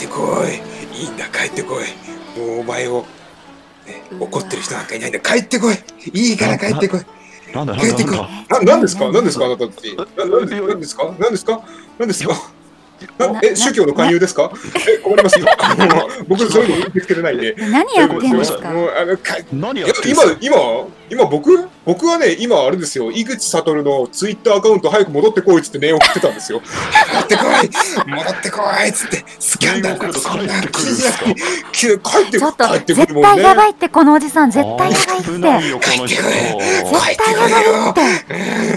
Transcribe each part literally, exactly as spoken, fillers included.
こい。いいんだ、帰ってこい。もうお前を、ね、怒ってる人なんかいないんだ。帰ってこい。いいから帰ってこい。 なんだなん帰ってこい。 だなんだ。 な、なんですかなんですかあなたたち。な、なんでなんですかなんですかなんですかなえ、宗教の勧誘ですかえ、困りますよ。あの僕、そういうの受け付けてないんで。 何やってんですか。 もうあのか何いややってんすか。 今、今、今僕僕はね、今あれですよ、井口悟のツイッターアカウント早く戻ってこいっつって念を送ってたんですよ。戻ってこい戻ってこいっつって、スキャンダルだとそんな気にしなくて、帰ってちょっと帰ってく絶るもんね。 対やばいって、このおじさん絶対やばいって。 危ないよこの人。 帰絶対やばいって。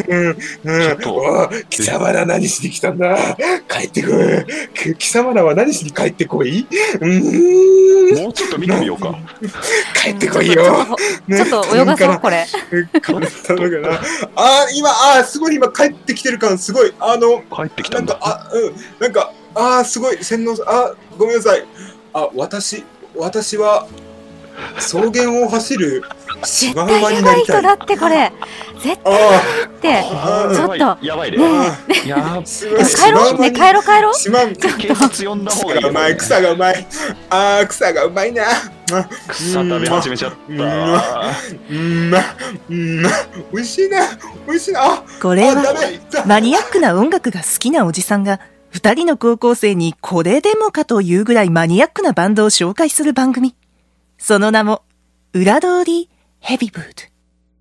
うんうんちょっとおい貴様ら何しに来たんだ。帰ってこい。貴様らは何しに帰ってこい。うーんもうちょっと見てみようか。 帰ってこいよ。 ちょっとちょっと泳がそうこれ。 頼むから。あー今あーすごい今帰ってきてる感すごい。あの帰ってきたなんんだ。 かあうんなんかあーすごい洗脳あごめんなさい。あ私私は草原を走るシ絶マウマ対やになりたい。 ばい人だってこれ。絶対やばいって。 あーちょっとやばいね。 ねいやーすごい帰ろうね、帰ろう帰ろう。 シマウマ警察呼んだ方がいいよ。 草がうまい草がうまい。あー草がうまいな。 草食べ始めちゃった。 うんまうんま美味しいな美味しいな。あこれあダはメだマニアックな音楽が好きなおじさんが二人の高校生にこれでもかというぐらいマニアックなバンドを紹介する番組。その名も裏通りヘビーブート。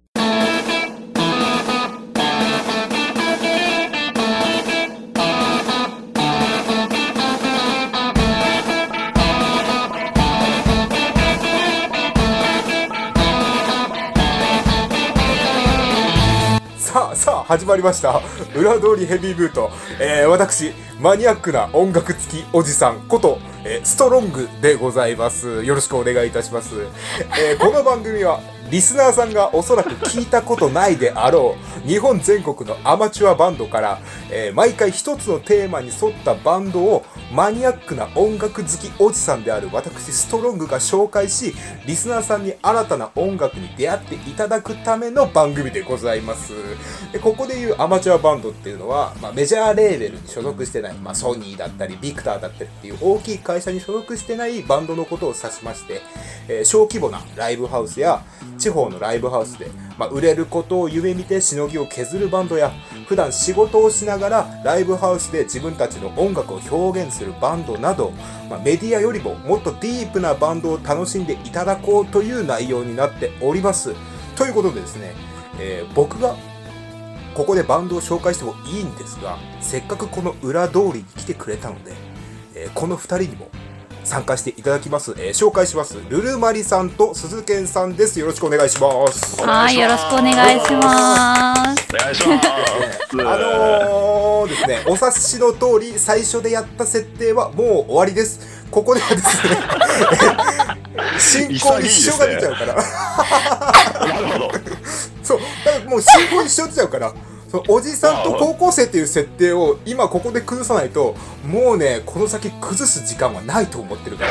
さあさあ始まりました裏通りヘビーブート、えー、私マニアックな音楽付きおじさんこと、えー、ストロングでございます。よろしくお願いいたします、えー、この番組はリスナーさんがおそらく聞いたことないであろう日本全国のアマチュアバンドから、えー、毎回一つのテーマに沿ったバンドをマニアックな音楽好きおじさんである私ストロングが紹介し、リスナーさんに新たな音楽に出会っていただくための番組でございます。でここでいうアマチュアバンドっていうのは、まあ、メジャーレーベルに所属してない、まあ、ソニーだったりビクターだったりっていう大きい会社に所属してないバンドのことを指しまして、えー、小規模なライブハウスや地方のライブハウスで、まあ、売れることを夢見てしのぎを削るバンドや、普段仕事をしながらライブハウスで自分たちの音楽を表現するバンドなど、まあ、メディアよりももっとディープなバンドを楽しんでいただこうという内容になっております。ということでですね、えー、僕がここでバンドを紹介してもいいんですが、せっかくこの裏通りに来てくれたので、えー、このふたりにも参加していただきます。えー、紹介します。ルルマリさんと鈴賢さんです。よろしくお願いします。 はい、よろしくお願いします。 お願いします。 あのーですね、お察しの通り最初でやった設定はもう終わりです。ここではですね、進行に支障が出ちゃうから。 なるほど。 そう、だからもう進行に支障出ちゃうから。そのおじさんと高校生っていう設定を今ここで崩さないと、もうねこの先崩す時間はないと思ってるから、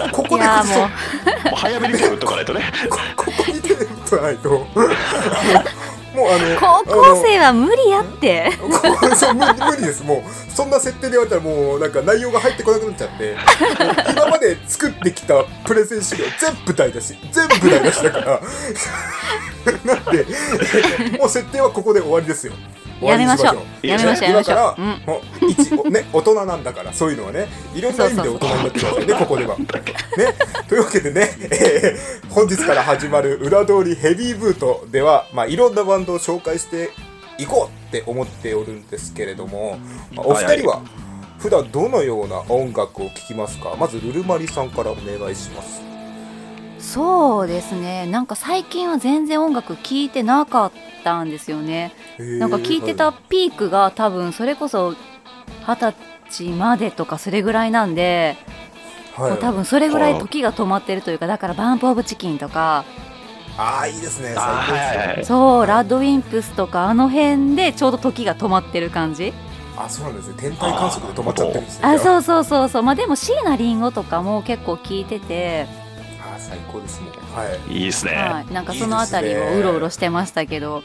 ここで崩そう。 もう早めに手を打っとかないとね。 こ, ここに手を打たないと。もうあの高校生は無理やってそう無理、無理です。もうそんな設定で言われたらもうなんか内容が入ってこなくなっちゃって、今まで作ってきたプレゼン資料全部台無し全部台無しだからなんでもう設定はここで終わりですよ。 やめましょうやめましょうやめましょう。 今から、うん、もう一ね大人なんだから、そういうのはね、いろんな意味で大人になってくださいね、ここではね。というわけでね、えー、本日から始まる裏通りヘビーブートでは、まあ、いろんなバンドを紹介していこうって思っておるんですけれども、まあ、お二人は普段どのような音楽を聴きますか？まずルルマリさんからお願いします。 そうですね、なんか最近は全然音楽聴いてなかったんですよね。なんか聴いてたピークが多分それこそはたちまでとかそれぐらいなんで、はいはい、多分それぐらい時が止まってるというか、だからバンプオブチキンとか、 ああいいですね、最高ですよ。 そうラッドウィンプスとかあの辺でちょうど時が止まってる感じ。 あ、そうなんですね、天体観測で止まっちゃってるんですね。 あ、そうそうそうそう、まあでも椎名林檎とかも結構聴いてて、 あ、最高ですね。はい。 いいですね。 はい、なんかそのあたりをうろうろしてましたけど、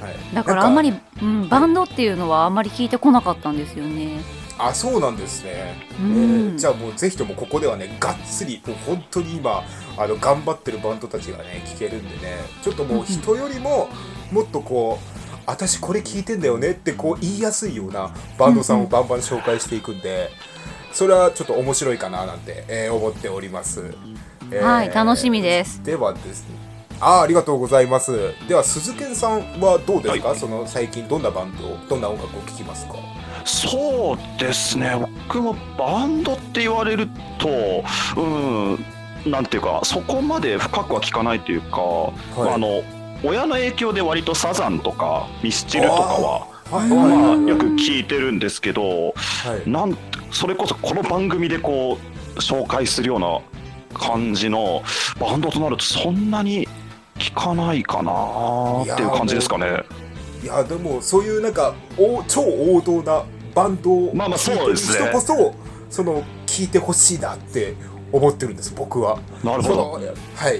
だからあんまり、うん、バンドっていうのはあんまり聞いてこなかったんですよね。 あ、そうなんですね、 うん、 えー、じゃあもうぜひともここではねがっつりもう本当に今あの頑張ってるバンドたちがね聴けるんでね、ちょっともう人よりももっとこう私これ聞いてんだよねってこう言いやすいようなバンドさんをバンバン紹介していくんで、それはちょっと面白いかななんて、えー、思っております、えー、 はい、楽しみです。 ではですね、あ, ありがとうございます。では鈴賢さんはどうですか、はい、その最近どんなバンドどんな音楽を聴きますか？ そうですね、僕もバンドって言われるとうんなんていうかそこまで深くは聞かないというか、はい、あの親の影響で割とサザンとかミスチルとかは、はいまあ、よく聞いてるんですけど、はい、なんそれこそこの番組でこう紹介するような感じのバンドとなるとそんなに聞かないかなっていう感じですかね。 いやでもそういうなんかお超王道なバンドをまあまあそうですね。 人こそその聞いてほしいなって思ってるんです僕は。 なるほど。 はい、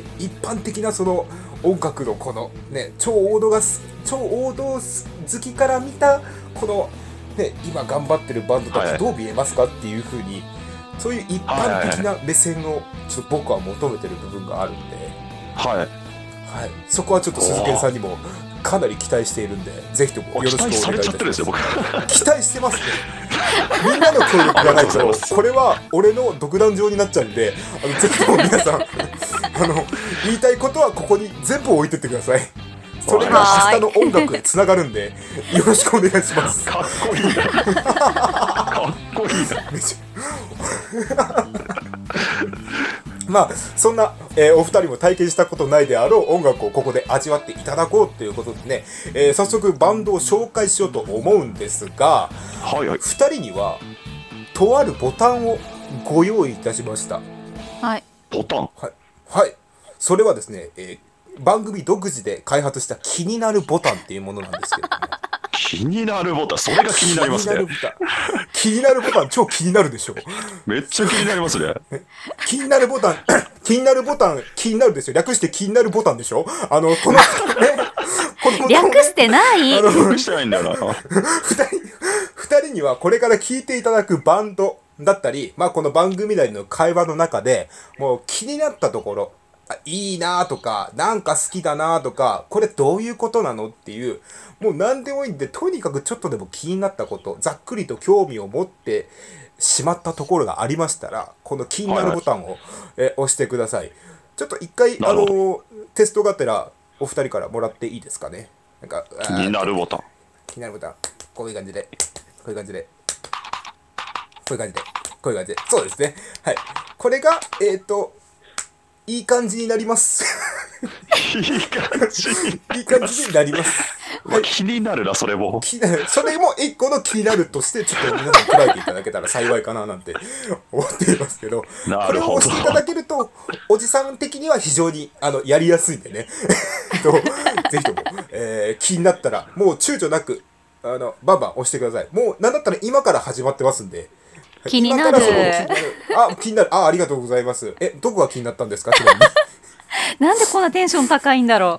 一般的なその音楽のこのね超王道が超王道好きから見たこのね今頑張ってるバンドたちどう見えますかっていう風に、そういう一般的な目線をちょっと僕は求めてる部分があるんで、 はいはい、 そこはちょっと鈴賢さんにもかなり期待しているんで、ぜひともよろしくお願いいたします。 期待されちゃってるんですよ僕。 期待してますね。みんなの協力がないとこれは俺の独壇場になっちゃうんで、あのぜひとも皆さんあの言いたいことはここに全部置いてってください。それが明日の音楽へつながるんでよろしくお願いします。 かっこいいな。かっこいいな。めちゃまあそんな、えー、お二人も体験したことないであろう音楽をここで味わっていただこうということでね、えー、早速バンドを紹介しようと思うんですが、 はいはい、 ふたりにはとあるボタンをご用意いたしました。 はい。 ボタン。 はい。はい。それはですね、えー、番組独自で開発した気になるボタンっていうものなんですけれども。 気になるボタン、それが気になりますね。 気になるボタン、超気になるでしょ。 めっちゃ気になりますね。 気になるボタン、気になるボタン、気になるですよ。略して気になるボタンでしょ。あの、この、ね、 この、ね、略してない略してないんだよな。 二人、二人にはこれから聴いていただくバンドだったり、まあこの番組内の会話の中で、もう気になったところ、いいなとか、なんか好きだなとか、これどういうことなのっていう、もう何でもいいんで、とにかくちょっとでも気になったこと、ざっくりと興味を持ってしまったところがありましたら、この気になるボタンを、はいはい、え押してください。ちょっと一回、あの、テストがてら、お二人からもらっていいですかね。なんか気になるボタン。 気になるボタン。こういう感じで、こういう感じで、こういう感じで、こういう感じで。そうですね。はい。これが、えっと、いい感じになります。 いい感じいい感じになります。 はい、気になるな、それも。 気になる。それも一個の気になるとして、ちょっと皆さん捉えていただけたら幸いかななんて思っていますけど、これを押していただけると、おじさん的には非常にあのやりやすいんでね。とぜひとも、えー、気になったら、もう躊躇なく、あの、バンバン押してください。もう、なんだったら今から始まってますんで。 気になる。気になる。 あ、気になる。あ、ありがとうございます。え、どこが気になったんですか、ちなみに。 なんでこんなテンション高いんだろ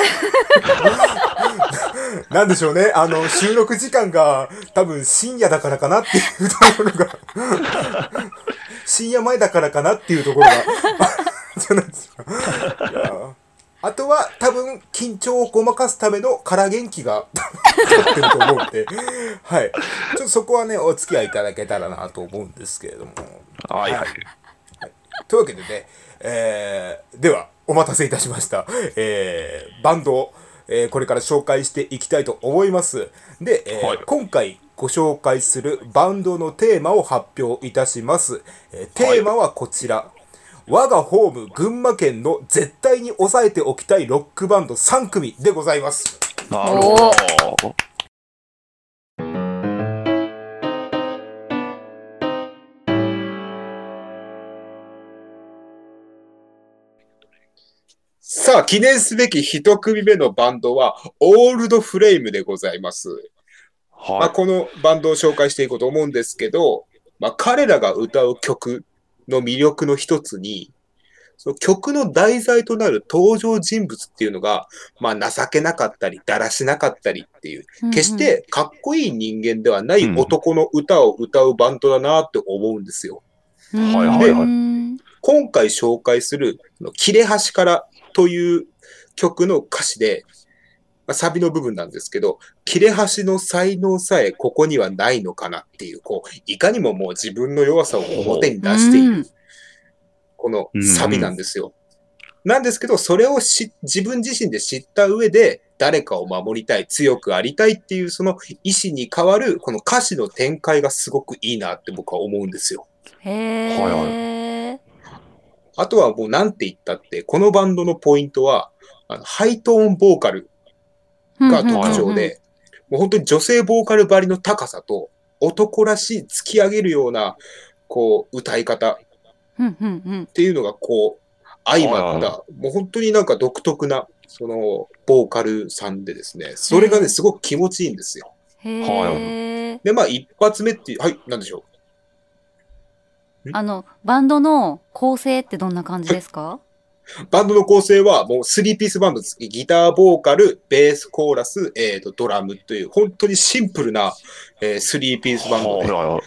う。なんでしょうね。あの、収録時間が多分深夜だからかなっていうところが、深夜前だからかなっていうところが、じゃないですか。いやあとは多分緊張をごまかすための空元気が立ってると思うんで、はい。ちょっとそこはね、お付き合いいただけたらなと思うんですけれども。 はいはい。 はい、というわけでね、えー、では、お待たせいたしました。えー、バンドを、えー、これから紹介していきたいと思います。で、えーはい、今回ご紹介するバンドのテーマを発表いたします。えー、テーマはこちら。はい、我がホーム群馬県の絶対に抑えておきたいロックバンドさん組でございます。 なるほど。 さあ、記念すべき一組目のバンドはオールドフレイムでございます。はい、まあ、このバンドを紹介していこうと思うんですけど、まあ、彼らが歌う曲の魅力の一つに、 その曲の題材となる登場人物っていうのが、まあ情けなかったり、だらしなかったりっていう、決してかっこいい人間ではない男の歌を歌うバンドだなって思うんですよ。 はいはいはい。 今回紹介する、切れ端からという曲の歌詞で、まあ、サビの部分なんですけど、切れ端の才能さえここにはないのかなっていう、こう、いかにももう自分の弱さを表に出している、このサビなんですよ。なんですけど、それをし自分自身で知った上で、誰かを守りたい、強くありたいっていう、その意志に変わる、この歌詞の展開がすごくいいなって僕は思うんですよ。 へー。はいはい。 あとはもうなんて言ったって、このバンドのポイントは、あのハイトーンボーカルが特徴で、もう本当に女性ボーカルばりの高さと、男らしい突き上げるような、こう、歌い方っていうのがこう、相まった、もう本当になんか独特な、その、ボーカルさんでですね、それがね、すごく気持ちいいんですよ。 へー。 で、まあ一発目っていう、はい、なんでしょう。あの、バンドの構成ってどんな感じですか？はい、 バンドの構成はもうスリーピースバンドです。ギター、ボーカル、ベース、コーラス、えーと、ドラムという、本当にシンプルな、えー、スリーピースバンドで。はい。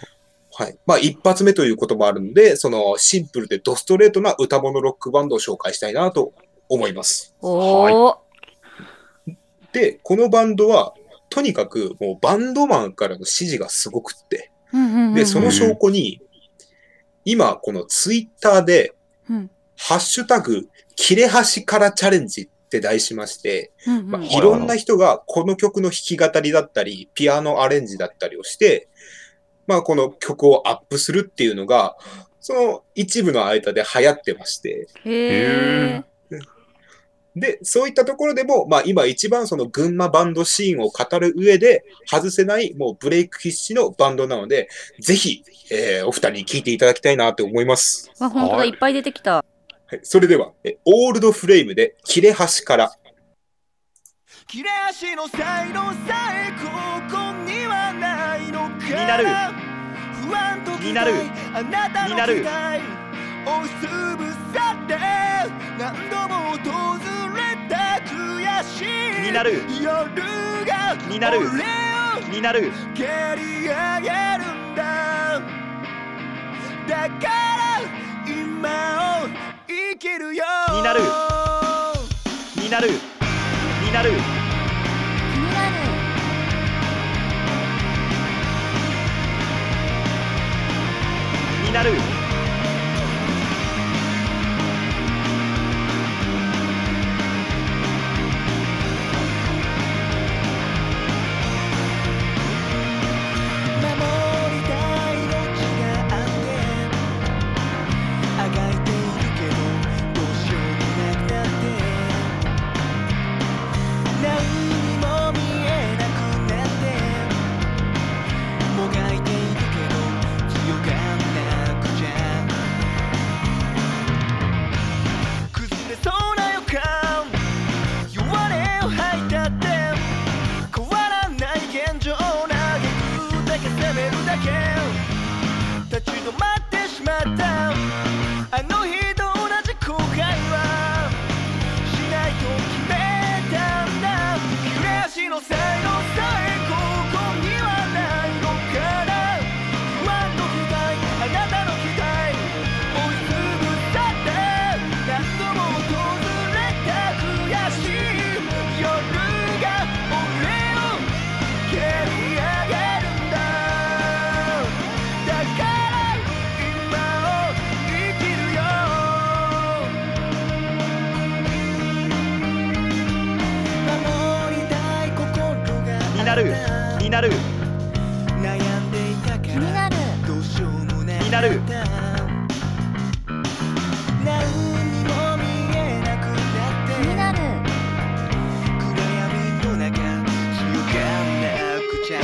まあ、一発目ということもあるので、その、シンプルでドストレートな歌物ロックバンドを紹介したいなと思います。 おー。 で、このバンドは、とにかくもうバンドマンからの指示がすごくって。で、その証拠に、今、このツイッターで、うん、ハッシュタグ、切れ端からチャレンジって題しまして、うんうん、まあ、いろんな人がこの曲の弾き語りだったり、ピアノアレンジだったりをして、まあこの曲をアップするっていうのが、その一部の間で流行ってまして。 へー。 で、そういったところでも、まあ今一番その群馬バンドシーンを語る上で外せないもうブレイク必至のバンドなので、ぜひ、えー、お二人に聴いていただきたいなと思います。 あ、本当だ、いっぱい出てきた。 はい、それでは、えオールドフレームで切れ端から。 切れ端の才能さえここにはないのかになる不安とになるあなたの期待押しつぶされ何度も訪れた悔しいになる夜がになる俺をになる蹴り上げるんだだから今を生きるよになるになるになるになるになるになる悩んでいたから気になるどうしようもなかったになる何にも見えなくなって気になる暗闇の中強がんなくちゃ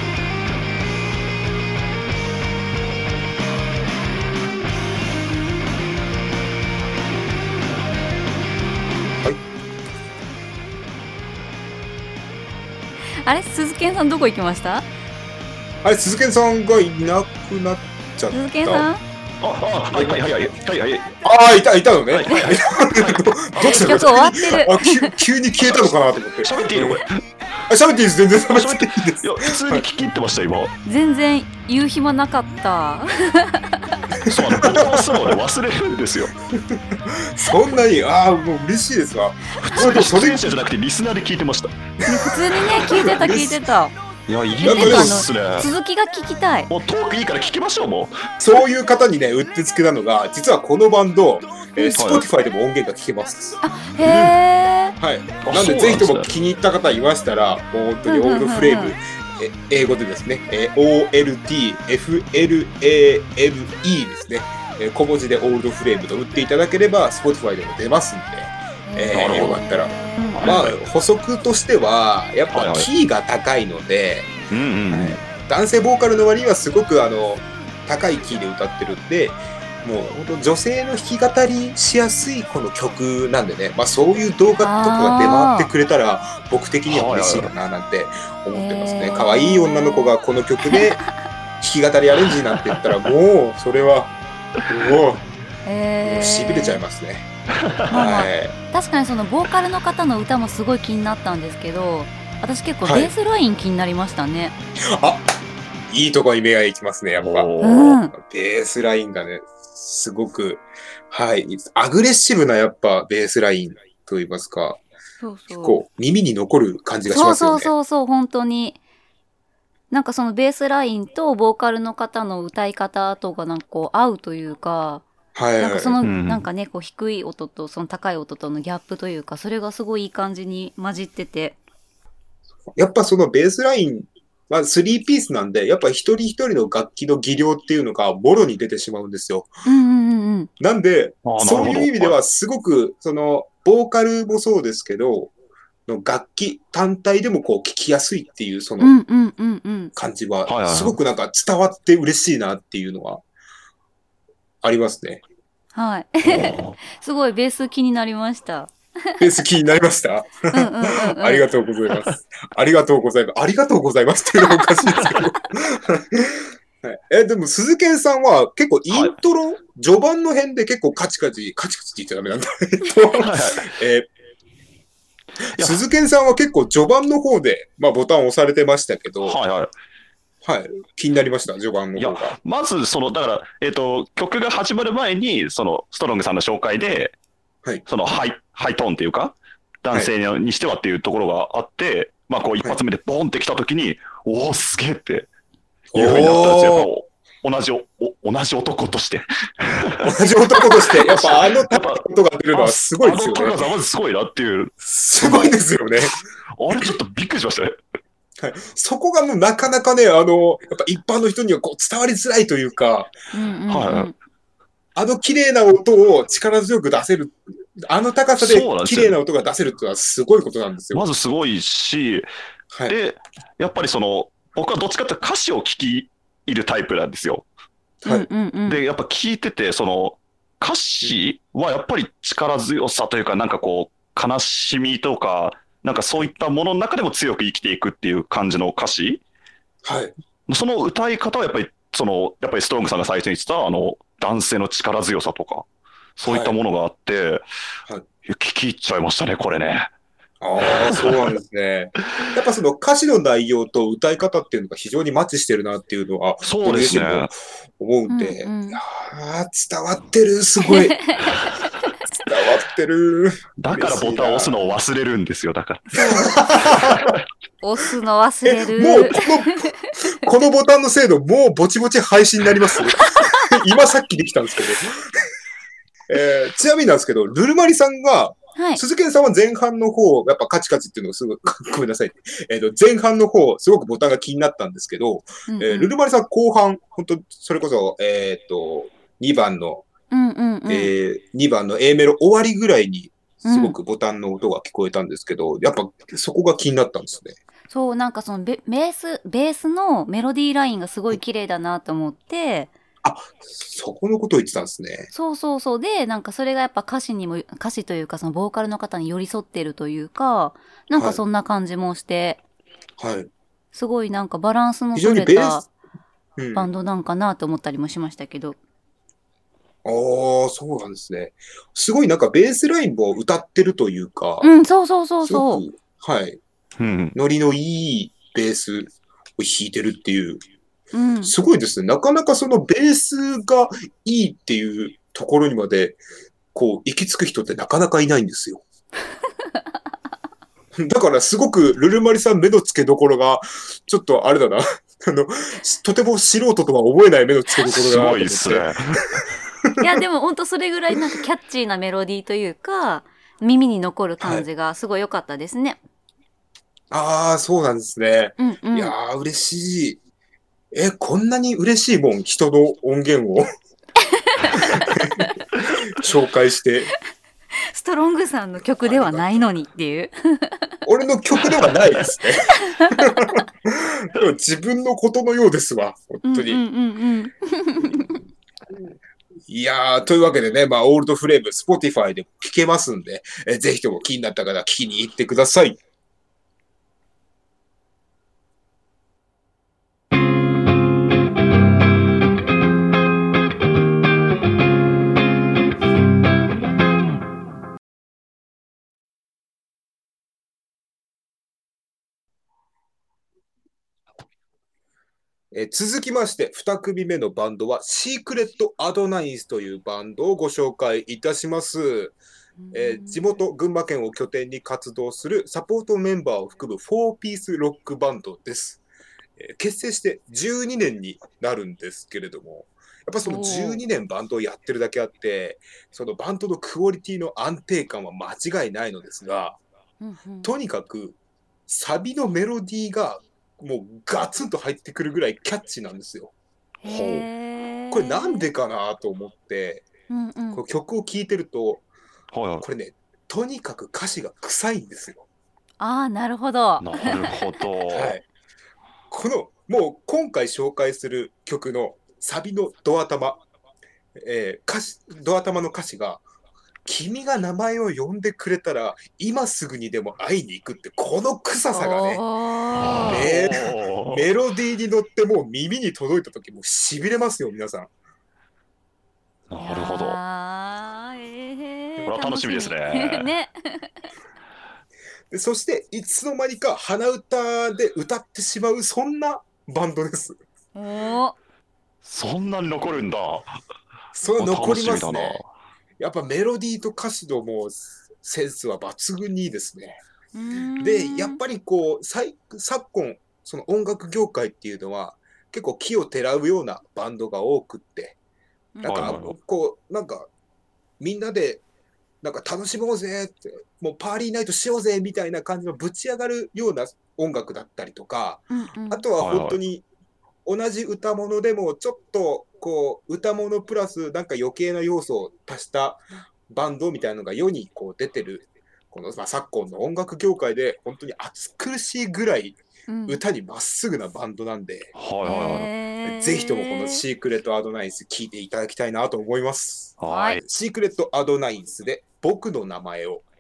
あれ、鈴賢さんどこ行きました？ あれ、鈴賢さんがいなくなっちゃった。 鈴賢さんあ、あ、はいはいはいはいはいはい。 ああ、いた、いたのね。 はいはいはい。 どっちだ曲終わってる。 あ、急急に消えたのかなと思って。 喋っていいのこれ。 あ、喋っていいです。全然喋っていいです。 いや、普通に聞き入ってました今。 全然言う暇なかった。 そう、あのボタン押すので忘れるんですよ。 そんなに、ああ、もう嬉しいですわ。 普通に出演者じゃなくてリスナーで聞いてました。 普通にね、聞いてた聞いてた。 いや、いいえてかあですね。 の続きが聞きたい。 もうトークいいから聞きましょうもう。 そういう方にね、うってつけなのが、実はこのバンド、えー、Spotify でも音源が聞けます。 へえ。 はい。なんで、ぜひとも気に入った方いましたら、もう本当にオールドフレーム、え英語でですね、えー、オーエルティーエフエルエーエルイー ですね、えー、小文字でオールドフレームと打っていただければ、Spotify でも出ますんで、えー、よかったら。まあ、補足としては、やっぱキーが高いので、 うんうんはい、男性ボーカルの割にはすごくあの高いキーで歌ってるんで、もう本当女性の弾き語りしやすいこの曲なんでね、まあ、そういう動画とかが出回ってくれたら僕的には嬉しいかななんて思ってますね。可愛い女の子がこの曲で弾き語りアレンジなんて言ったらもうそれはもう、えー、もうしびれちゃいますね。はい、 確かにそのボーカルの方の歌もすごい気になったんですけど、私結構ベースライン気になりましたね。 はい、あ、いいとこに目がいきますね、やっぱ。 うん、 ベースラインがね、すごく、はい、アグレッシブなやっぱベースラインと言いますか、 そうそう、 結構耳に残る感じがしますよね。 そうそうそうそう、本当に。なんかそのベースラインとボーカルの方の歌い方とかなんかこう合うというか、 はいはい、 なんかその、なんかね、こう低い音とその高い音とのギャップというか、それがすごいいい感じに混じってて。 やっぱそのベースラインはスリーピースなんで、やっぱ一人一人の楽器の技量っていうのがもろに出てしまうんですよ。 うんうんうんうん。 なんで、そういう意味ではすごく、その、ボーカルもそうですけど、の楽器単体でもこう聴きやすいっていうその感じは、すごくなんか伝わって嬉しいなっていうのはありますね。 はい。すごいベース気になりました。 ベース気になりましたありがとうございます。ありがとうございます。ありがとうございますっていうのもおかしいですけど。はい、え、でも、鈴賢さんは結構イントロ、はい、序盤の辺で結構カチカチ、カチカチって言っちゃダメなんだ。えー、鈴賢さんは結構序盤の方で、まあ、ボタンを押されてましたけど、 はいはい。 はい。気になりました、序盤の方が。 いや、まず、その、だから、えっと、曲が始まる前に、その、ストロングさんの紹介で、はい、そのハイ、ハイトーンっていうか、男性にしてはっていうところがあって、はい、まあこう一発目でボンってきたときに、はい、おお、すげえっていうふうになったんですよ。やっぱ同じお、同じ男として。 同じ男として、やっぱあの音が出るのはすごいですよね。 あの高さまずすごいなっていう。 すごいですよね。 あれちょっとびっくりしましたね。 はい、そこがもうなかなかね、あの、やっぱ一般の人にはこう伝わりづらいというか、 うんうんうん、 はい、あの綺麗な音を力強く出せる、あの高さで綺麗な音が出せるっていうのはすごいことなんですよ。 まずすごいし、はい、で、やっぱりその、僕はどっちかっていうと歌詞を聞き入るタイプなんですよ。 はい。 で、やっぱ聞いてて、その、歌詞はやっぱり力強さというか、なんかこう、悲しみとか、なんかそういったものの中でも強く生きていくっていう感じの歌詞。 はい。 その歌い方はやっぱり、その、やっぱりストロングさんが最初に言ってた、あの、男性の力強さとか、そういったものがあって、はいはい、聞き入っちゃいましたね、これね。 ああ、そうなんですね。やっぱその歌詞の内容と歌い方っていうのが非常にマッチしてるなっていうのは、 そうですね。 思うんで、 うんうん、 ああ、伝わってる、すごい。伝わってる。 だからボタンを押すのを忘れるんですよ、だから。 押すの忘れる。 もうこの、このボタンの精度、もうぼちぼち配信になります。今さっきできたんですけど。えー、ちなみになんですけど、ルルマリさんが、はい、鈴賢さんは前半の方、やっぱカチカチっていうのがすごい、ごめんなさい。えっと、前半の方、すごくボタンが気になったんですけど、うんうん、えー、ルルマリさん後半、本当それこそ、えっと、にばんの、 うんうんうん、 えー、にばんの A メロ終わりぐらいに、すごくボタンの音が聞こえたんですけど、うん、やっぱそこが気になったんですね。 そう、なんかそのベ、ベース、ベースのメロディーラインがすごい綺麗だなと思って、 あ、そこのことを言ってたんですね。 そうそうそう。で、なんかそれがやっぱ歌詞にも、歌詞というかそのボーカルの方に寄り添ってるというか、なんかそんな感じもして、 はい。 すごいなんかバランスの取れたバンドなんかなと思ったりもしましたけど。 ああ、そうなんですね。すごいなんかベースラインも歌ってるというか、 うん、そうそうそうすごそう。 く、はい、 うん。 ノリのいいベースを弾いてるっていう、 うん。 すごいですね。なかなかそのベースがいいっていうところにまで、こう、行き着く人ってなかなかいないんですよ。だからすごくルルマリさん目の付けどころが、ちょっとあれだな。あの、とても素人とは思えない目の付けどころすだなと思って。 ごいっすね。 いや、でも本当それぐらいなんかキャッチーなメロディーというか、耳に残る感じがすごい良かったですね。 ああ、そうなんですね。 うんうん。 いやー、嬉しい。え、こんなに嬉しいもん、人の音源を紹介して。 ストロングさんの曲ではないのにっていう。 俺の曲ではないですね。でも自分のことのようですわ、本当に。 うんうんうんいやー、というわけでね、まあ、オールドフレーム、Spotify でも聴けますんで、えぜひとも気になった方、聞きに行ってください。えー続きまして、に組目のバンドは、シークレット・アドナインスというバンドをご紹介いたします。えー地元群馬県を拠点に活動するサポートメンバーを含むフォーピースロックバンドです。えー結成してじゅうにねんになるんですけれども、やっぱそのじゅうにねんバンドをやってるだけあって、そのバンドのクオリティの安定感は間違いないのですが、 うんうん。 とにかくサビのメロディーがもうガツンと入ってくるぐらいキャッチーなんですよ。 へーこれなんでかなと思って、 うんうんこう曲を聴いてると、 はいはい。 これね、とにかく歌詞が臭いんですよ。 ああ、なるほど。 なるほど。 はい。この、もう今回紹介する曲のサビのドア玉、えー歌詞、ドア玉の歌詞が、君が名前を呼んでくれたら、今すぐにでも会いに行くって、この臭さがね、 おーねおーメロディーに乗ってもう耳に届いた時もう痺れますよ、皆さん。 なるほど。 あーえーこれは楽しみですねね。 でそして、いつの間にか鼻歌で歌ってしまう、そんなバンドです。 おーそんなに残るんだ。 それ残ります楽しみだな。 ね。やっぱメロディーと歌詞のもうセンスは抜群にいいですね。 うーんで、やっぱりこう、最昨今、その音楽業界っていうのは、結構木をてらうようなバンドが多くって、なんかはいはいはい、 こう、なんか、みんなで、なんか楽しもうぜって、もうパーリーナイトしようぜみたいな感じのぶち上がるような音楽だったりとか、 うんうんあとは本当に同じ歌物でもちょっとこう歌物プラスなんか余計な要素を足したバンドみたいなのが世にこう出てるこのまあ昨今の音楽業界で本当に暑苦しいぐらいうん歌にまっすぐなバンドなんで、 はいはいはい。 へーぜひともこのシークレットアドナインス聴いていただきたいなと思います。 はい。 シークレットアドナインスで僕の名前を。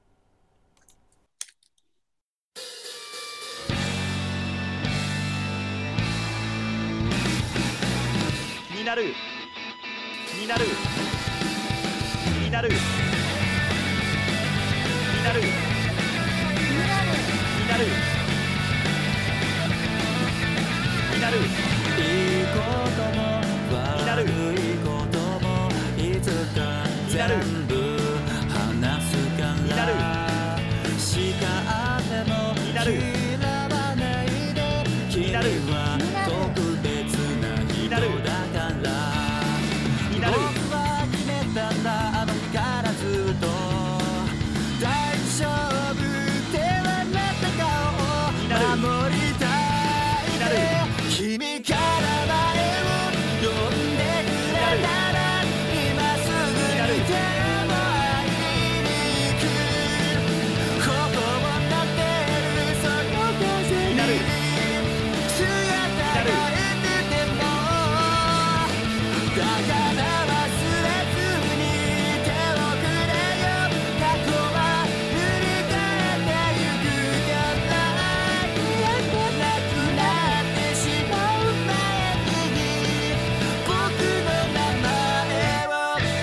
気になる気になる気になる気になる気になる気になるいいことも悪いこともいつか全部話すから叱っても嫌わないで君は特別な人だから僕は決めたんだあの日からずっと大丈夫って笑った顔を守りたい君から名前を呼んでくれたら今すぐにでも会いに行くここを鳴ってるその風に姿が変えてもだから忘れずに手をくれよ過去は振り返ってゆくから嫌でなくなってしまう前に僕の名前を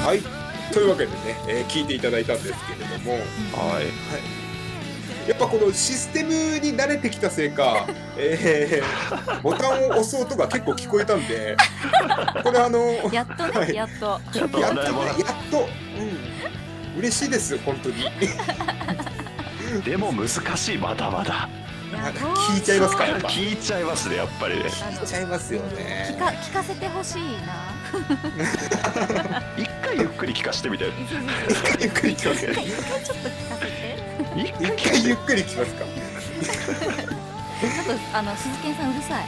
はい、というわけでね、えー聞いていただいたんですけれども、 はい。 やっぱこのシステムに慣れてきたせいか、えーボタンを押す音が結構聞こえたんで、これあのやっとね、 はいやっと。 ちょっとやっとね、 笑いもらやっと、うん、嬉しいです本当に。 でも難しい、まだまだ。 なんか聞いちゃいますかやっぱ。 聞いちゃいますね、やっぱりね。 聞いちゃいますよ聞ね。 か聞かせてほしいな。 一回ゆっくり聞かしてみて。 ゆっくり聞きます一回一回ちょっと聞かせて。 一回一回ゆっくり聞きますか。 ちょっとあの鈴研さんうるさい。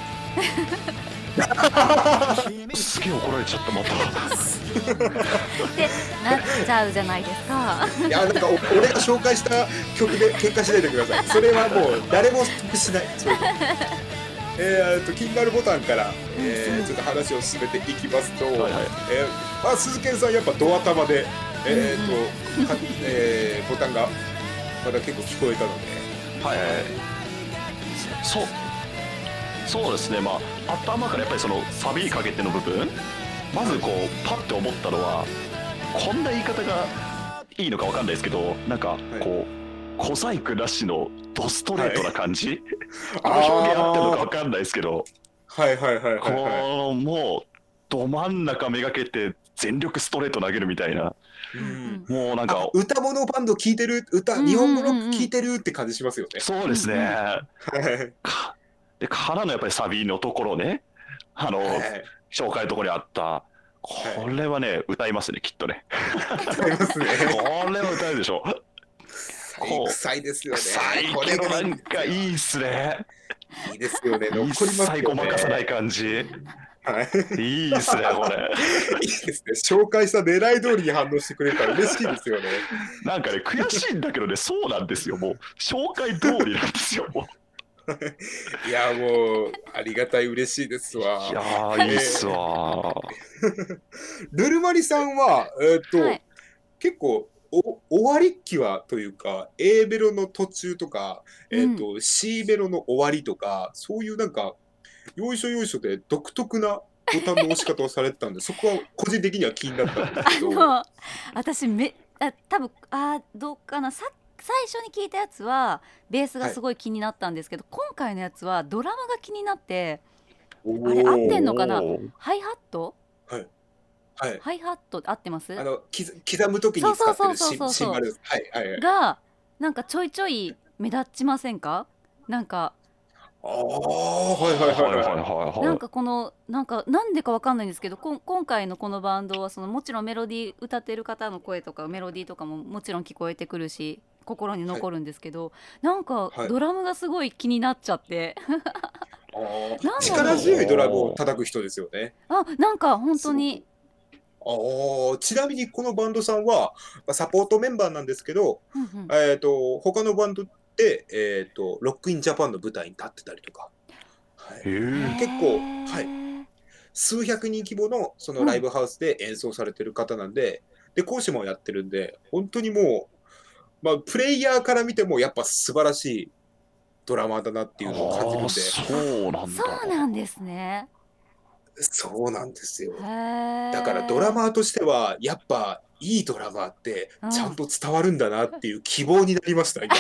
すげえ怒られちゃったまた。 ってなっちゃうじゃないですか。 いやなんかお俺が紹介した曲で喧嘩しないでください。それはもう誰も得しない。それでえー、とキンバルボタンから、えー、ちょっと話を進めていきますと、 はいはい。 えー、あ鈴研さんやっぱドア玉で、えーとかえーボタンがまだ結構聞こえたので、 はいはいはい。そう。そうですね、まあ頭からやっぱりそのサビにかけての部分、まずこうパッて思ったのは、こんな言い方がいいのかわかんないですけど、なんかこう、小細工なしのドストレートな感じ、この表現合ってるのかわかんないですけど、 はいはいはいはいこはい。 のもうど真ん中めがけて全力ストレート投げるみたいな、 うんもうなんかあ歌物バンド聴いてる歌、 うんうんうんうん日本語ロック聴いてるって感じしますよね。 そうですね。 はいかでからのやっぱりサビのところね、あの、 はい紹介のところにあった、これはね、歌いますね、きっとね。 ありますね。 これは歌えるでしょ。こう臭いですよね。 臭いけどなんかいいっすね。 いいですよね。残り一ますよね。 切ごまかさない感じ。 はい。 いいっすね、これ。 いいですね。紹介した狙い通りに反応してくれたら嬉しいですよね。 なんかね、悔しいんだけどね、そうなんですよ、もう。紹介通りなんですよ、もう。 いやもうありがたい嬉しいですわ。 いやー、いいっすわ。 ルルマリさんはえっ、と、 はい結構お終わり期はというか A メロの途中とか、えっ、と C メロの終わりとかそういうなんかよいしょよいしょで独特なボタンの押し方をされてたんでそこは個人的には気になったんですけど。 あの私めあ多分あどうかなさ最初に聞いたやつはベースがすごい気になったんですけど、今回のやつはドラマが気になって、あれ合ってんのかな、 おーハイハットはい。 ハイハット合ってますあのき刻むときに使ってるシそうそうそうそうシンバルです。はいはいはい。 がなんかちょいちょい目立ちませんか？なんかああはいはいはいはい。 はいなんかこのなんかなんでかわかんないんですけど、こん今回のこのバンドはそのもちろんメロディー歌ってる方の声とかメロディーとかももちろん聞こえてくるし心に残るんですけど、なんかはいドラムがすごい気になっちゃって、 あーなんだろう力強いドラムを叩く人ですよね。 あなんか本当にあーちなみにこのバンドさんはまあサポートメンバーなんですけど、 うんうんえー、と他のバンドで、えー、とロックインジャパンの舞台に立ってたりとか、はいへー結構はい数百人規模のそのライブハウスで演奏されてる方なんで、で講師もやってるんで本当にもう、まあ、プレイヤーから見てもやっぱ素晴らしいドラマーだなっていうのを感じるんで。 あーそうなんだ。 そうなんですね。 そうなんですよ。 へーだからドラマーとしてはやっぱいいドラマーってうんちゃんと伝わるんだなっていう希望になりました今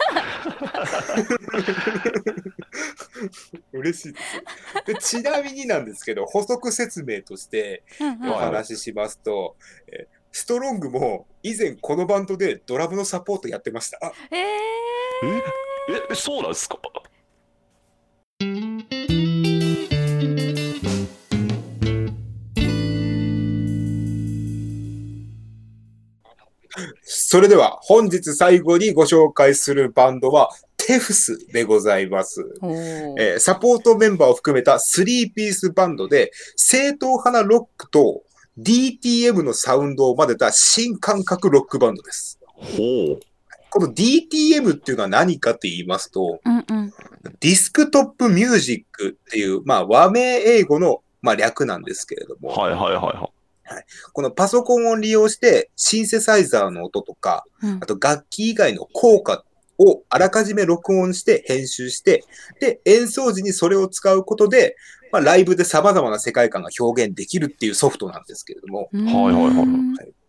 嬉しいですよ。でちなみになんですけど補足説明としてうんうんお話ししますと、えーストロングも以前このバンドでドラムのサポートやってました。あえええ、そうなんですか。 それでは本日最後にご紹介するバンドはテフスでございます。 ーおーえーサポートメンバーを含めたスリーピースバンドで正統派なロックと ディーティーエム のサウンドを混ぜた新感覚ロックバンドです。 ほう。 この ディーティーエム っていうのは何かと言いますと、 うんうんディスクトップミュージックっていう、まあ、和名英語の、まあ、略なんですけれども、 はいはいはいはこのパソコンを利用してシンセサイザーの音とか、 うんあと楽器以外の効果をあらかじめ録音して編集して、で、演奏時にそれを使うことで、まあ、ライブで様々な世界観が表現できるっていうソフトなんですけれども、 うんはいはいはいうん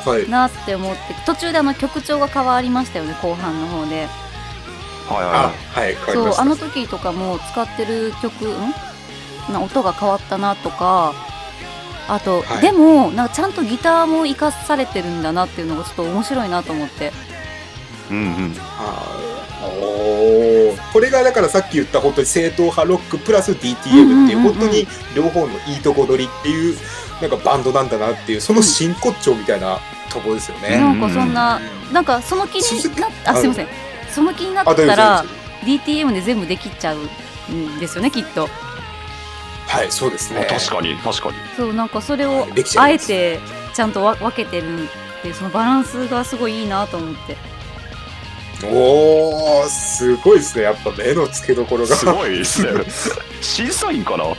はい。 なって思って、途中であの曲調が変わりましたよね、後半の方で。 はいあ、 ははい、変わりそう、 ました。 あの時とかも使ってる曲、んな音が変わったなとか、あと、 はいでもなんかちゃんとギターも生かされてるんだなっていうのがちょっと面白いなと思って。 い。うんうん。 あーおーこれがだからさっき言った本当に正統派ロックプラス ディーティーエム っていううんうんうんうん本当に両方のいいとこ取りっていうなんかバンドなんだなっていうその真骨頂みたいなところですよね。 なんかそんな、なんかその気になっあすいませんその気になったあ大丈夫ですら大丈ディーティーエム で全部できちゃうんですよね、きっと。 はいそうですね。 まあ確かに確かに。 そうなんかそれをできちゃあえいますてちゃんとわ分けてるっていうそのバランスがすごいいいなと思って。 おーすごいですねやっぱ目の付けどころが。 すごいですね。審査員かな。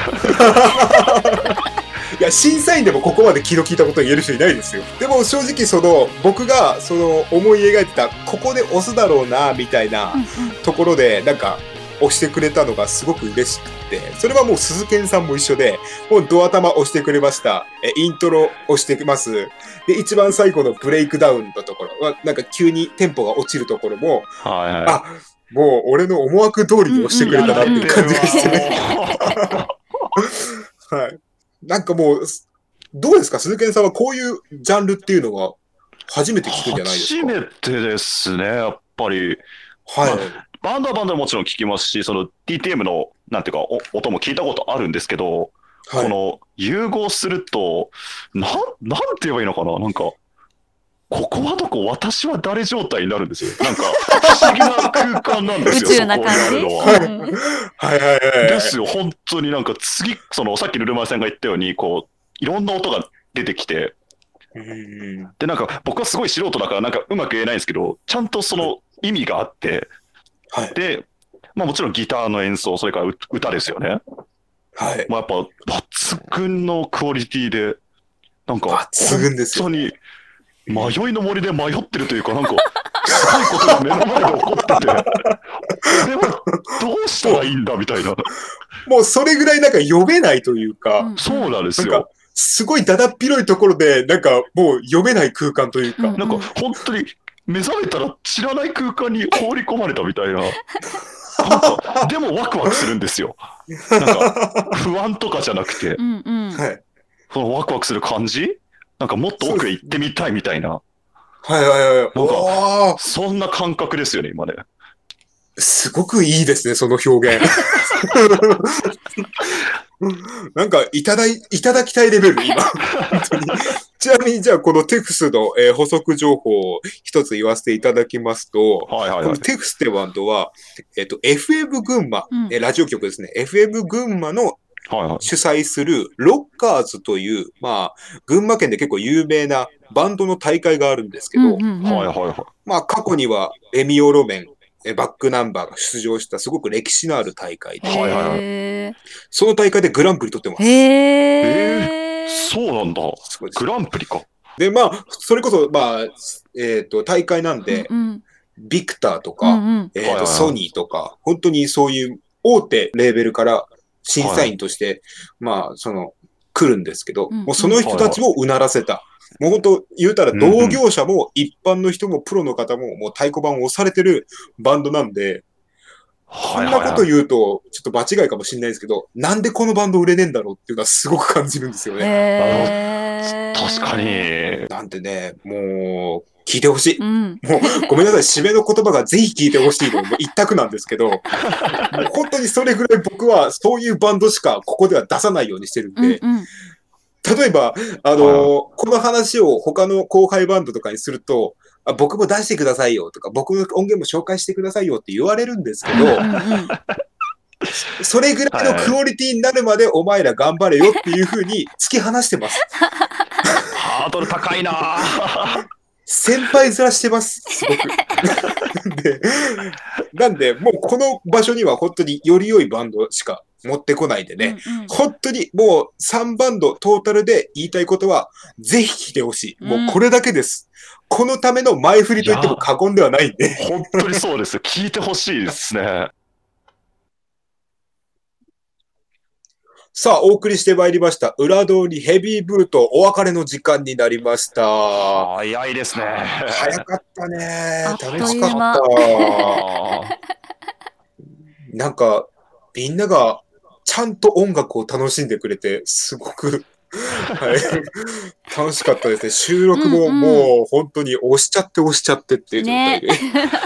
いや審査員でもここまで気の利いたことを言える人いないですよ。でも正直その僕がその思い描いてたここで押すだろうなみたいなうんうんところでなんか押してくれたのがすごく嬉しくて、それはもう鈴賢さんも一緒でもうドア玉押してくれました。えイントロ押してきます。で一番最後のブレイクダウンのところはなんか急にテンポが落ちるところもはいはい。 あもう俺の思惑通りに押してくれたなっていう感じがしてね。はい。なんかもう、どうですか鈴賢さんはこういうジャンルっていうのが初めて聞くんじゃないですか。 初めてですね、やっぱり。 はい。 バンドはバンドはもちろん聞きますし、その ディーティーエム のなんていうかお音も聞いたことあるんですけど、 はいこの融合すると、なん、なんて言えばいいのかな、なんか、ここはどこ、私は誰状態になるんですよ。なんか、不思議な空間なんですよ、 宇宙な感じ。 そこにあるのは。 うんはいはいはい。 ですよ、本当になんか次、そのさっきルルマさんが言ったように、こう、いろんな音が出てきて、 うんで、なんか僕はすごい素人だから、なんかうまく言えないんですけど、ちゃんとその意味があって、 はい。 で、まあもちろんギターの演奏、それからう歌ですよね。 はい。 まあやっぱ抜群のクオリティで、なんか、 抜群ですよ本当に迷いの森で迷ってるというか、なんか、すごいことが目の前で起こってて、俺はどうしたらいいんだみたいな。 もうそれぐらいなんか読めないというか、 うんそうなんですなんかよ。 すごいだだっ広いところで、なんかもう読めない空間というか、 うんなんか本当に目覚めたら知らない空間に放り込まれたみたいな。なんかでもワクワクするんですよ。なんか不安とかじゃなくて、 うんうんはい。 そのワクワクする感じなんかもっと奥へ行ってみたいみたいな、 はいはいはい。 なんかおーそんな感覚ですよね、今ね。 すごくいいですね、その表現。なんか、いただい、いただきたいレベル、今。本当に。ちなみに、じゃあ、このテクスの、えー補足情報を一つ言わせていただきますと、このはいはいはい。 テクスってバンドは、えっと、エフエム 群馬、 うんえーラジオ局ですね。エフエム 群馬のはいはい。 主催するロッカーズという、まあ、群馬県で結構有名なバンドの大会があるんですけど、 うんうんうんはいはいはい。 まあ、過去には、レミオロメン、えバックナンバーが出場したすごく歴史のある大会で、 はいはいはいへその大会でグランプリ取ってます。 ーへーそうなんだ。 すごいですグランプリか。 で、まあ、それこそ、まあ、えっ、と、大会なんで、 うんうんビクターとうか、 んうんえっ、 はいはいはいと、ソニーとか、本当にそういう大手レーベルから審査員として、まあ、その、来るんですけど、 うんうんもうその人たちをうならせた。もう本当、言うたら同業者も一般の人もプロの方ももう太鼓判を押されてるバンドなんで、こんなこと言うと、ちょっと場違いかもしれないですけど、なんでこのバンド売れねえんだろうっていうのはすごく感じるんですよね。 へー確かに。 なんてね、もう、聞いてほしい。 うんもう、ごめんなさい、締めの言葉がぜひ聞いてほしいのもう一択なんですけど、もう本当にそれぐらい僕はそういうバンドしかここでは出さないようにしてるんで、 うんうん例えば、あの、この話を他の後輩バンドとかにすると、あ僕も出してくださいよとか、僕の音源も紹介してくださいよって言われるんですけど、 うんうんそれぐらいのクオリティになるまでお前ら頑張れよっていう風に突き放してます。 ハードル高いなぁ。 先輩面してます、すごく。で、なんで、もうこの場所には本当により良いバンドしか持ってこないでね、 うんうん本当にもうさんバンドトータルで言いたいことは、ぜひ来てほしい。もうこれだけです。このための前振りと言っても過言ではないんで。 本当にそうですよ。聞いてほしいですね。 さあ、お送りしてまいりました。裏通りヘビーブート、お別れの時間になりました。 早いですね。 早かったね。 あっという間楽しかった。なんか、みんながちゃんと音楽を楽しんでくれて、すごく、はい、楽しかったですね。収録ももう本当に押しちゃって押しちゃってっていう状態で。ね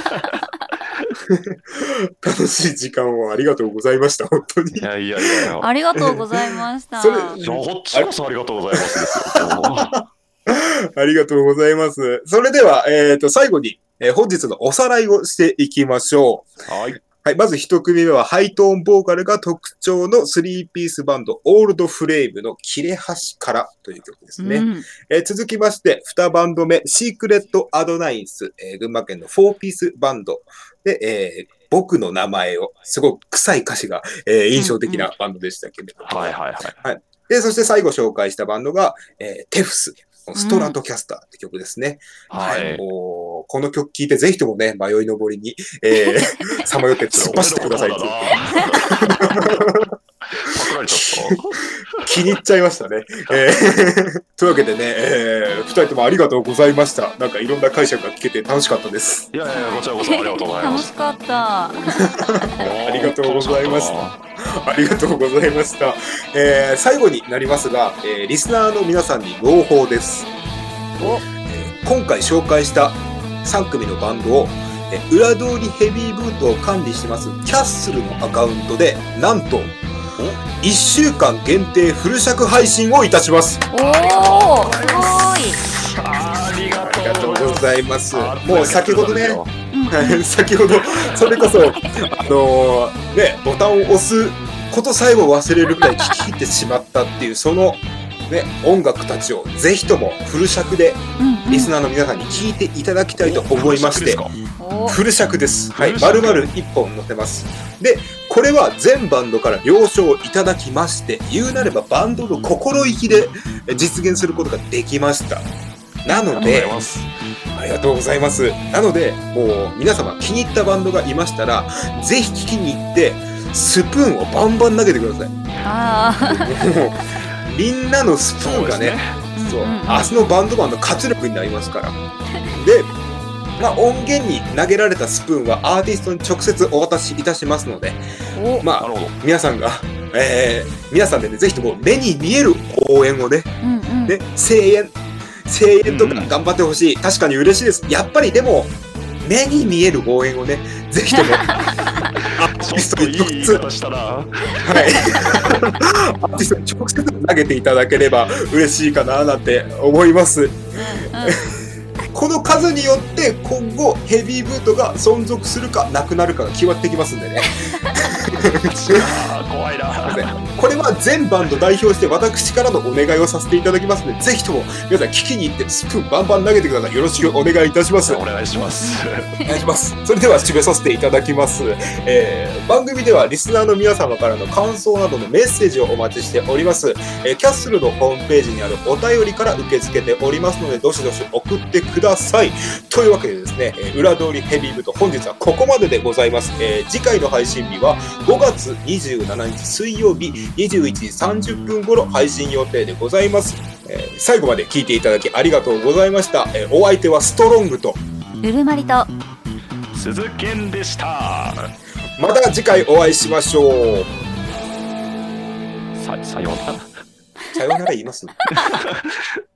楽しい時間をありがとうございました。本当に。 いやいやいや。 ありがとうございました。 それ、こっちこそありがとうございますですよ。 ありがとうございます。それでは、えっと、最後に、えー、本日のおさらいをしていきましょう。 はい。 はい。まず一組目は、ハイトーンボーカルが特徴のスリーピースバンド、オールドフレームの切れ端からという曲ですね。 うんえー、続きまして、にバンド目、シークレットアドナインス、えー、群馬県のフォーピースバンドで、えー、僕の名前を、すごく臭い歌詞が、えー、印象的なバンドでしたけれども、 はいはいはい。 はい。で、そして最後紹介したバンドが、えー、テフス。ストラトキャスターって曲ですね。 うん、はい。 もうこの曲聴いて、ぜひともね、迷い登りに、えー、さまよって突っ走ってくださいって。気に入っちゃいましたね。えー、というわけでね、えー、二人ともありがとうございました。なんかいろんな解釈が聞けて楽しかったです。 いやいや、こちらこそありがとうございます。 楽しかった。 ありがとうございます。ありがとうございました。えー、最後になりますが、えー、リスナーの皆さんに朗報です。 お、 えー、今回紹介したさん組のバンドを、えー、裏通りヘビーブートを管理してますキャッスルのアカウントで、なんといっしゅうかん限定フル尺配信をいたします。 おー、すごい。 ありがありがとうございます。 あもう先ほどね、 うん、 先ほどそれこそあのー、ねボタンを押すことさえも忘れるくらい聞き入ってしまったっていうそのね音楽たちをぜひともフル尺でリスナーの皆さんに聞いていただきたいと思いまして、フル尺です。はい、丸々いっぽん載せます。で、これは全バンドから了承いただきまして、言うなればバンドの心意気で実現することができました。なので、ありがとうございます。なので、もう皆様気に入ったバンドがいましたら、ぜひ聞きに行って、スプーンをバンバン投げてください。 あもうみんなのスプーンがね、そう、 うんうんうん、 明日のバンドマンの活力になりますから。で、まあ、音源に投げられたスプーンはアーティストに直接お渡しいたしますので、まあ、皆さんが、えー、皆さんでね、ぜひとも目に見える応援をね、 うんうん、 ね、声援、声援とか頑張ってほしい、うん。確かに嬉しいです。やっぱりでも、目に見える応援をね、ぜひとも、アーティストに直接、はい、アーティストに直接投げていただければ嬉しいかななんて思います。うんうんこの数によって今後ヘビーブートが存続するかなくなるかが決まってきますんでね怖いな。 これは全バンド代表して私からのお願いをさせていただきますので、ぜひとも皆さん聞きに行ってスプーンバンバン投げてください。よろしくお願いいたします。 お願いしますお願いします。それでは締めさせていただきます、えー、番組ではリスナーの皆様からの感想などのメッセージをお待ちしております、えー、キャッスルのホームページにあるお便りから受け付けておりますので、どしどし送ってください。というわけでですね、えー、裏通りヘビーブート本日はここまででございます、えー、次回の配信日はごがつにじゅうしちにち水曜日にじゅういちじさんじゅっぷん頃配信予定でございます、えー、最後まで聞いていただきありがとうございました、えー、お相手はストロングとルルマリと鈴賢でした。 また次回お会いしましょう。 さ、さようなら。 さようなら言います